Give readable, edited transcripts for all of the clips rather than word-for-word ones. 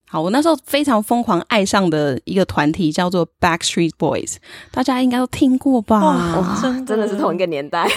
好，我那时候非常疯狂爱上的一个团体叫做 Backstreet Boys， 大家应该都听过吧？ 真的是同一个年代。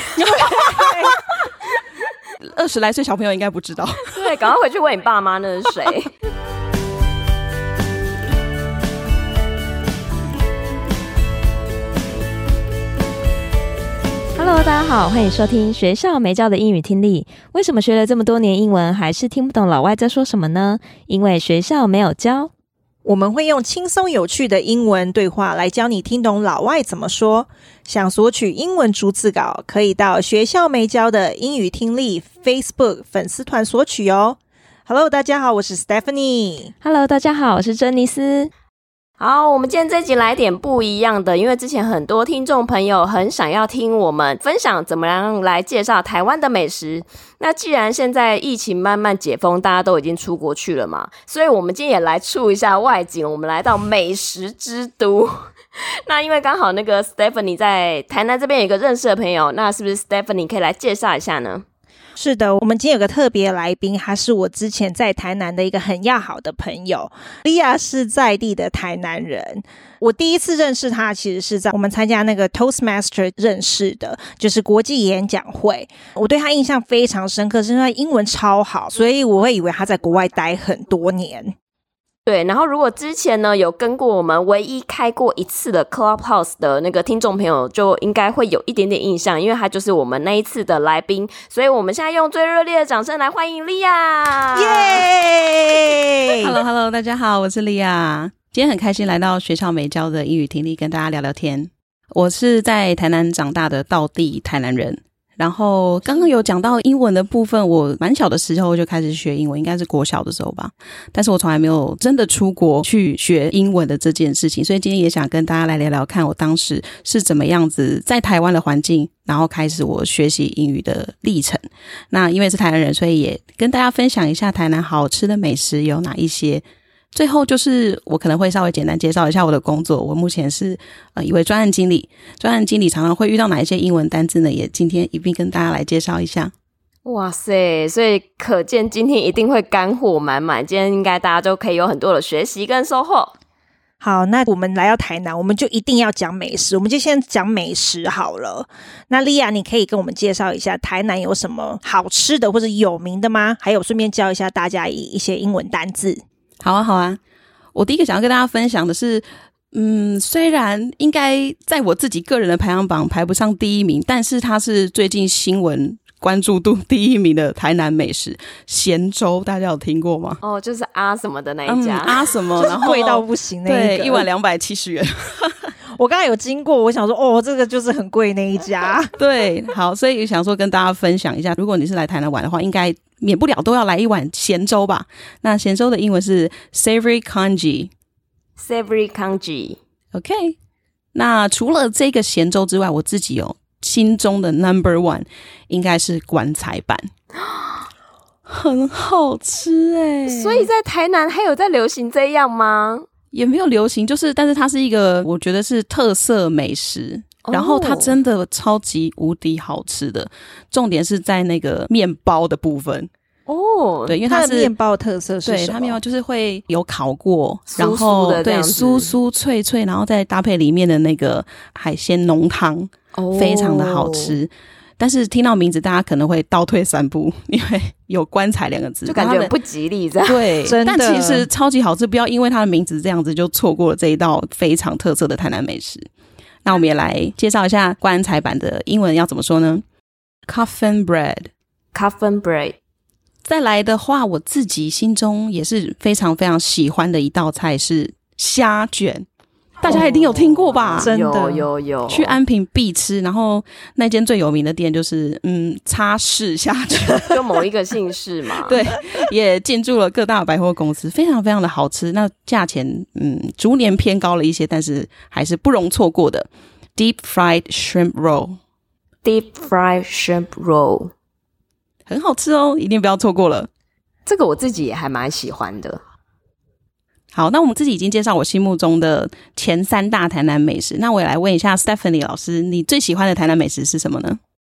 20来岁小朋友应该不知道。 对，赶快回去问你爸妈那是谁。Hello， 大家好，欢迎收听学校没教的英语听力。为什么学了这么多年英文，还是听不懂老外在说什么呢？因为学校没有教。 我们会用轻松有趣的英文对话来教你听懂老外怎么说。想索取英文逐字稿，可以到学校没教的英语听力 Facebook 粉丝团索取哦。Hello， 大家好，我是 Stephanie。 Hello， 大家好，我是珍妮斯。好，我们今天这集来点不一样的，因为之前很多听众朋友很想要听我们分享怎么样来介绍台湾的美食。那既然现在疫情慢慢解封，大家都已经出国去了嘛，所以我们今天也来出一下外景，我们来到美食之都。那因为刚好那个 Stephanie 在台南这边有一个认识的朋友，那是不是 Stephanie 可以来介绍一下呢？ 是的，我们今天有个特别来宾，他是我之前在台南的一个很要好的朋友。莉亚是在地的台南人，我第一次认识他其实是在我们参加那个 Toastmaster 认识的，就是国际演讲会。我对他印象非常深刻，是因为他英文超好，所以我会以为他在国外待很多年。 对，然后如果之前呢有跟过我们唯一开过一次的 Clubhouse 的那个听众朋友，就应该会有一点点印象，因为他就是我们那一次的来宾，所以我们现在用最热烈的掌声来欢迎莉亚。 耶 Hello， 大家好，我是莉亚。今天很开心来到学校没教的英语听力，跟大家聊聊天。我是在台南长大的道地台南人。然后刚刚有讲到英文的部分，我蛮小的时候就开始学英文，应该是国小的时候吧，但是我从来没有真的出国去学英文的这件事情，所以今天也想跟大家来聊聊看我当时是怎么样子在台湾的环境，然后开始我学习英语的历程。那因为是台南人，所以也跟大家分享一下台南好吃的美食有哪一些。最后就是我可能会稍微简单介绍一下我的工作，我目前是一位专案经理。专案经理常常会遇到哪一些英文单字呢，也今天一并跟大家来介绍一下。 哇塞，所以可见今天一定会干货满满，今天应该大家就可以有很多的学习跟收获。 好，那我们来到台南，我们就一定要讲美食，我们就先讲美食好了。那莉亚，你可以跟我们介绍一下台南有什么好吃的或者有名的吗？还有顺便教一下大家一些英文单字。 好啊，我第一个想要跟大家分享的是，虽然应该在我自己个人的排行榜排不上第一名，但是它是最近新闻关注度第一名的台南美食咸粥，大家有听过吗？ 哦，就是啊什么的那一家， 啊什么，然后贵到不行那一个， 对，一碗270元。 我刚才有经过，我想说，哦，这个就是很贵那一家。 对，好，所以想说跟大家分享一下，如果你是来台南玩的话，应该免不了都要来一碗咸粥吧。那咸粥的英文是 savory congee。savory congee。OK。 那除了这个咸粥之外，我自己有心中的 No.1 应该是棺材板。很好吃欸。 所以在台南还有在流行这样吗？ 也没有流行，但是它是一个我觉得是特色美食，然后它真的超级无敌好吃的。重点是在那个面包的部分哦， 对，因为它是面包的特色是什么？ 对，它面包就是会有烤过，然后对酥酥脆脆，然后再搭配里面的那个海鲜浓汤，非常的好吃。但是听到名字，大家可能会倒退3步，因为有棺材2个字， 就感觉很不吉利这样。 对， 真的。 但其实超级好吃，不要因为它的名字这样子就错过了这一道非常特色的台南美食。那我们也来介绍一下棺材板的英文要怎么说呢？ Coffin bread。Coffin bread。再来的话，我自己心中也是非常非常喜欢的一道菜是虾卷。大家一定有听过吧？ 真的有去安平必吃，然后那间最有名的店就是擦氏虾卷， 就某一个姓氏嘛。 对，也进驻了各大百货公司，非常非常的好吃。那价钱逐年偏高了一些，但是还是不容错过的。Deep fried shrimp roll。Deep fried shrimp roll 很好吃哦，一定不要错过了。 这个我自己也还蛮喜欢的。 好，那我们自己已经介绍我心目中的前3大台南美食，那我也来问一下 Stephanie 老师，你最喜欢的台南美食是什么呢？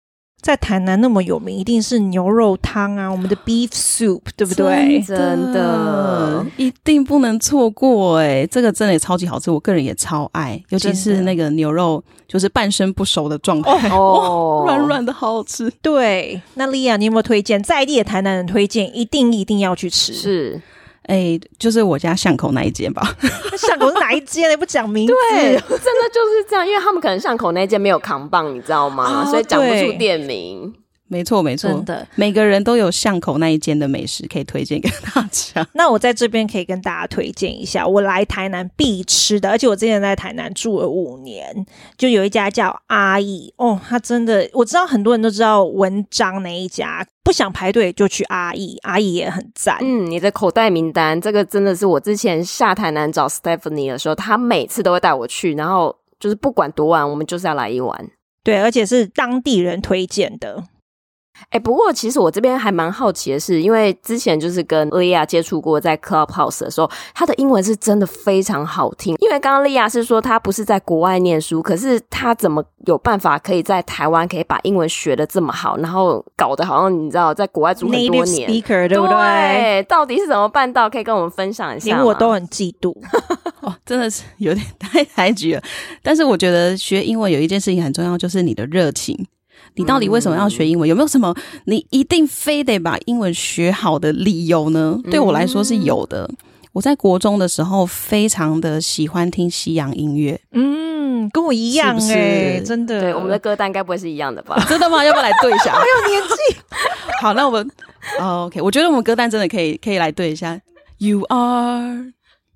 在台南那么有名，一定是牛肉汤啊，我们的 beef soup， 对不对？ 真的一定不能错过这个真的也超级好吃，我个人也超爱，尤其是那个牛肉就是半生不熟的状态，软软的好好吃。 对，那莉亚你有没有推荐在地的台南人推荐一定要去吃？ 是就是我家巷口那一间吧。 巷口是哪一间？你不讲名字？ 对，真的就是这样，因为他们可能巷口那间没有扛棒，你知道吗？所以讲不出店名。 没错， 真的， 每个人都有巷口那一间的美食可以推荐给大家。 那我在这边可以跟大家推荐一下，我来台南必吃的，而且我之前在台南住了5年，就有一家叫阿义它真的，我知道很多人都知道文章那一家，不想排队就去阿义，阿义也很赞。 你的口袋名单，这个真的是我之前下台南找 Stephanie 的时候，她每次都会带我去，然后就是不管多晚，我们就是要来一碗。 对，而且是当地人推荐的。 不过其实我这边还蛮好奇的是，因为之前就是跟莉亚接触过，在 Clubhouse 的时候，她的英文是真的非常好听。因为刚刚莉亚是说她不是在国外念书，可是她怎么有办法可以在台湾可以把英文学得这么好，然后搞得好像你知道在国外住很多年 Native speaker 对不对？ 到底是怎么办到？可以跟我们分享一下吗？ 连我都很嫉妒。 真的是有点太抬举了。但是我觉得学英文有一件事情很重要，就是你的热情。你到底为什么要学英文？有没有什么你一定非得把英文学好的理由呢？对我来说是有的。我在国中的时候非常的喜欢听西洋音乐。 跟我一样是不是真的。 对，我们的歌单该不会是一样的吧？ 真的吗？要不要来对一下？ 好有年纪。 好，那我们OK， 我觉得我们歌单真的可以来对一下。You are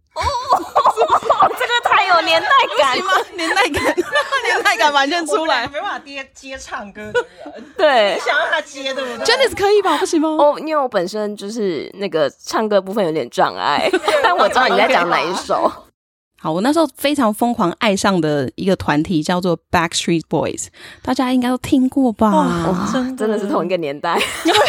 这个太有年代感吗？年代感完全出来， 没办法接唱歌的人。 对， 想让他接对不对 Janice 可以吧？不行吗？ 因为我本身就是那个唱歌部分有点障碍，但我知道你在讲哪一首。 好，我那时候非常疯狂爱上的一个团体叫做 Backstreet Boys， 大家应该都听过吧？ 真的是同一个年代。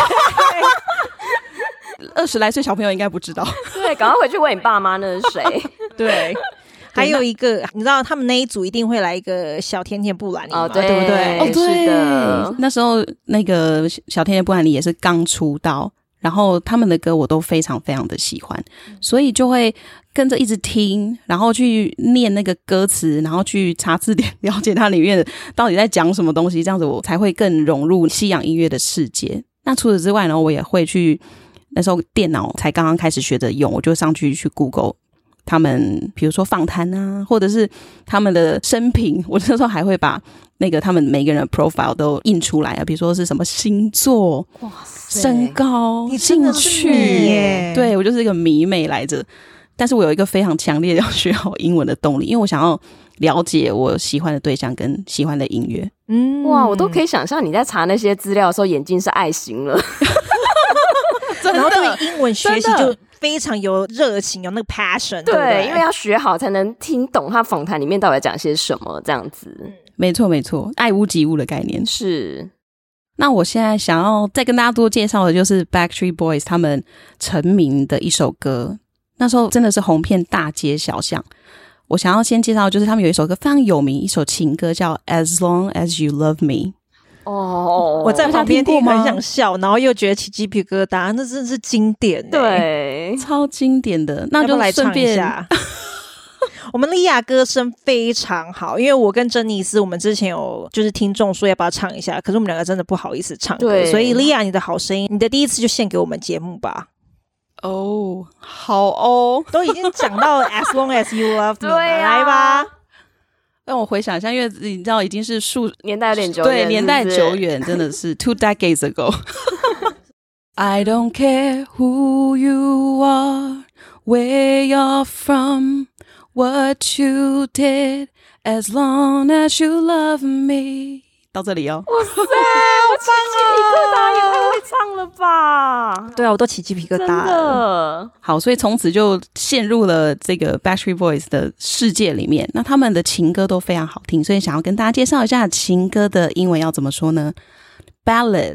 20来岁小朋友应该不知道。 对，赶快回去问你爸妈那是谁。 对，还有一个你知道他们那一组一定会来一个小甜甜布兰妮对不对？ 对， 是的。 那时候那个小甜甜布兰妮也是刚出道，然后他们的歌我都非常非常的喜欢，所以就会跟着一直听，然后去念那个歌词，然后去查字典了解它里面到底在讲什么东西，这样子我才会更融入西洋音乐的世界。那除此之外呢，我也会去，那时候电脑才刚刚开始学着用，我就上去 Google 他们比如说访谈啊，或者是他们的生平，我那时候还会把那个他们每个人的 profile 都印出来啊，比如说是什么星座、身高、兴趣耶，对，我就是一个迷妹来着。但是我有一个非常强烈要学好英文的动力，因为我想要了解我喜欢的对象跟喜欢的音乐。 哇，我都可以想象你在查那些资料的时候眼睛是爱心了。 然后对英文学习就非常有热情，有那个 passion， 对不对？ 因为要学好才能听懂他访谈里面到底讲些什么，这样子。 没错没错，爱屋及乌的概念是。 那我现在想要再跟大家多介绍的就是 Backstreet Boys 他们成名的一首歌，那时候真的是红遍大街小巷。我想要先介绍就是他们有一首歌非常有名，一首情歌叫 As Long As You Love Me。 我在旁边听很想笑，然后又觉得起鸡皮疙瘩，那真的是经典对， 超经典的。那就来唱一下。我们莉亚歌声非常好，因为我跟珍妮斯我们之前有就是听众说要不要唱一下，可是我们两个真的不好意思唱歌，所以莉亚你的好声音，你的第一次就献给我们节目吧。 好哦， 都已经讲到 As Long As You Love Me， 来吧。 让我回想一下，因为你知道已经是年代有点久远， 对，年代久远，真的是 2 decades ago。 I don't care who you are, where you're from, what you did, as long as you love me。 到这里哦。 哇塞，我起鸡皮疙瘩，也太会唱了吧。 对啊，我都起鸡皮疙瘩了。 好，所以从此就陷入了这个 Backstreet Boys 的世界里面。那他们的情歌都非常好听，所以想要跟大家介绍一下情歌的英文要怎么说呢？ Ballad。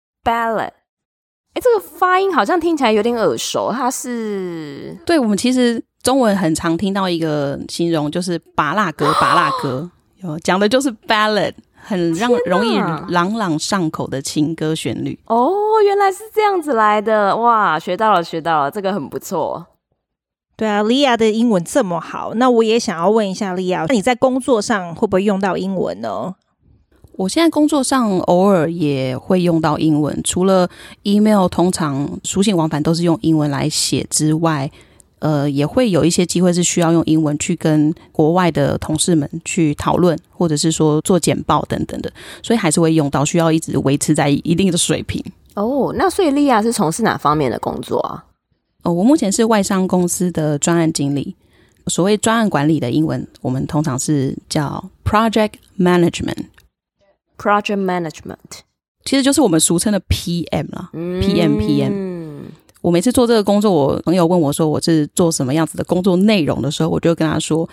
这个发音好像听起来有点耳熟，它是？ 对，我们其实中文很常听到一个形容，就是芭乐歌，讲的就是 ballad， 很容易朗朗上口的情歌旋律。 哦，原来是这样子来的，哇，学到了，这个很不错。 对啊，莉亚的英文这么好，那我也想要问一下莉亚，你在工作上会不会用到英文呢？ 我现在工作上偶尔也会用到英文，除了 email 通常书信往返都是用英文来写之外，也会有一些机会是需要用英文去跟国外的同事们去讨论，或者是说做简报等等的，所以还是会用到，需要一直维持在一定的水平。 哦，那所以莉亚是从事哪方面的工作啊？ 我目前是外商公司的专案经理。所谓专案管理的英文，我们通常是叫 project management。project management 其实就是我们俗称的 PM 啦。PM。我每次做这个工作，我朋友问我说我是做什么样子的工作内容的时候，我就跟他说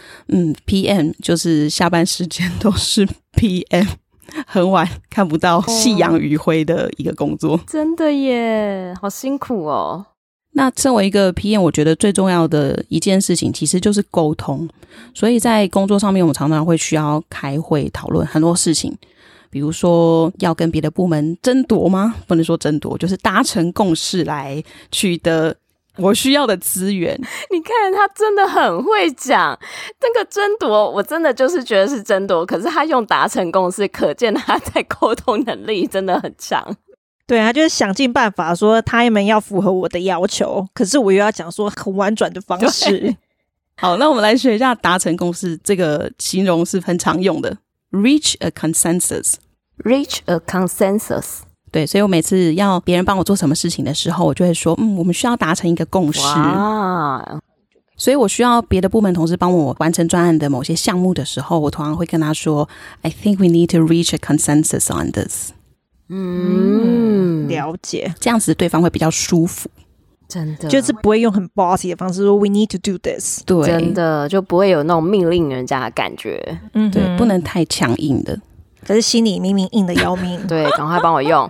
PM 就是下班时间都是 PM， 很晚看不到夕阳余晖的一个工作。 真的耶，好辛苦哦。 那身为一个 PM， 我觉得最重要的一件事情其实就是沟通，所以在工作上面我们常常会需要开会讨论很多事情，比如说要跟别的部门争夺吗？不能说争夺，就是达成共识来取得我需要的资源。 你看他真的很会讲，这个争夺我真的就是觉得是争夺，可是他用达成共识，可见他在沟通能力真的很强。 对，他就是想尽办法说他们要符合我的要求，可是我又要讲说很婉转的方式。 好，那我们来学一下达成共识这个形容是很常用的 reach a consensus。 reach a consensus。 对，所以我每次要别人帮我做什么事情的时候，我就会说我们需要达成一个共识。 哇， 所以我需要别的部门同事帮我完成专案的某些项目的时候，我通常会跟他说 I think we need to reach a consensus on this。 了解， 这样子对方会比较舒服， 真的就是不会用很 bossy 的方式说 we need to do this。 对， 真的就不会有那种命令人家的感觉。 对，不能太强硬的， 可是心里明明硬的要命。 对，赶快帮我用。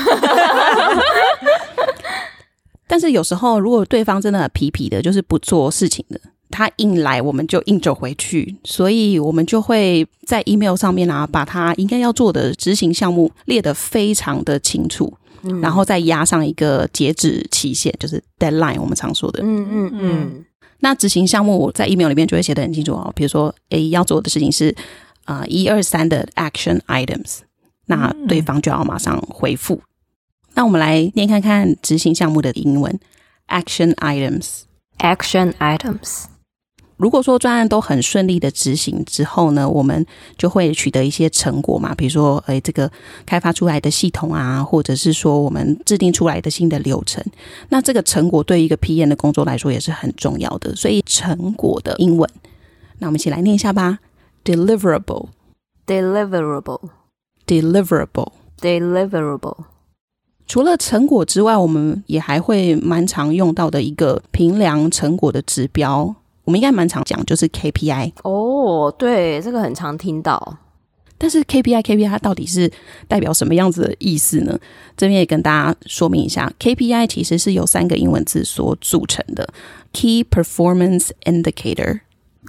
但是有时候如果对方真的很皮皮的，就是不做事情的，他硬来我们就硬走回去，所以我们就会在 email 上面把他应该要做的执行项目列得非常的清楚，然后再压上一个截止期限，就是 deadline 我们常说的。那执行项目在 email 里面就会写得很清楚哦，比如说要做的事情是1、2、3的 action items， 那对方就要马上回复。那我们来念看看执行项目的英文 action items。 如果说专案都很顺利的执行之后呢，我们就会取得一些成果嘛，比如说这个开发出来的系统啊，或者是说我们制定出来的新的流程。那这个成果对一个 PM 的工作来说也是很重要的，所以成果的英文，那我们一起来念一下吧。 deliverable。 除了成果之外，我们也还会蛮常用到的一个评量成果的指标，我们应该蛮常讲，就是 KPI。 哦，对，这个很常听到。 但是 KPI 它到底是代表什么样子的意思呢？这边也跟大家说明一下， KPI 其实是由3个英文字所组成的 Key Performance Indicator。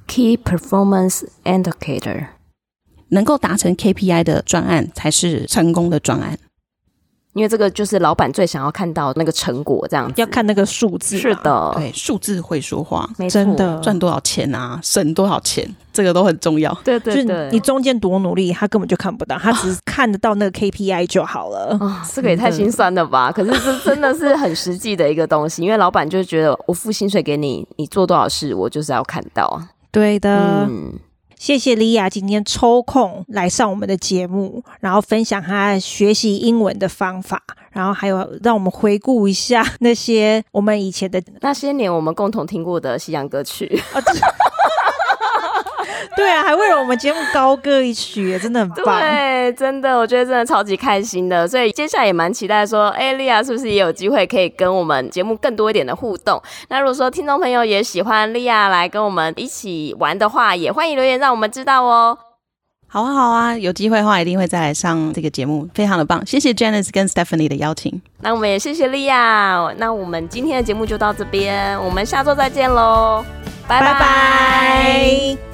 能够达成 KPI 的专案才是成功的专案， 因为这个就是老板最想要看到那个成果，这样子要看那个数字。 是的， 对，数字会说话， 没错， 真的赚多少钱啊，省多少钱，这个都很重要。 对对对， 你中间多努力他根本就看不到，他只是看得到那个 KPI 就好了。 这个也太心酸了吧。可是这真的是很实际的一个东西，因为老板就觉得我付薪水给你，你做多少事我就是要看到。 对的。谢谢莉亚今天抽空来上我们的节目，然后分享她学习英文的方法，然后还有让我们回顾一下那些我们以前的那些年我们共同听过的西洋歌曲。 对啊，还为了我们节目高歌一曲，真的很棒。 对，真的，我觉得真的超级开心的。所以接下来也蛮期待说，莉亚是不是也有机会可以跟我们节目更多一点的互动？那如果说听众朋友也喜欢莉亚来跟我们一起玩的话，也欢迎留言让我们知道哦。 好啊好啊，有机会的话一定会再来上这个节目，非常的棒。谢谢 Janice 跟 Stephanie 的邀请。 那我们也谢谢莉亚。那我们今天的节目就到这边，我们下周再见咯，拜拜。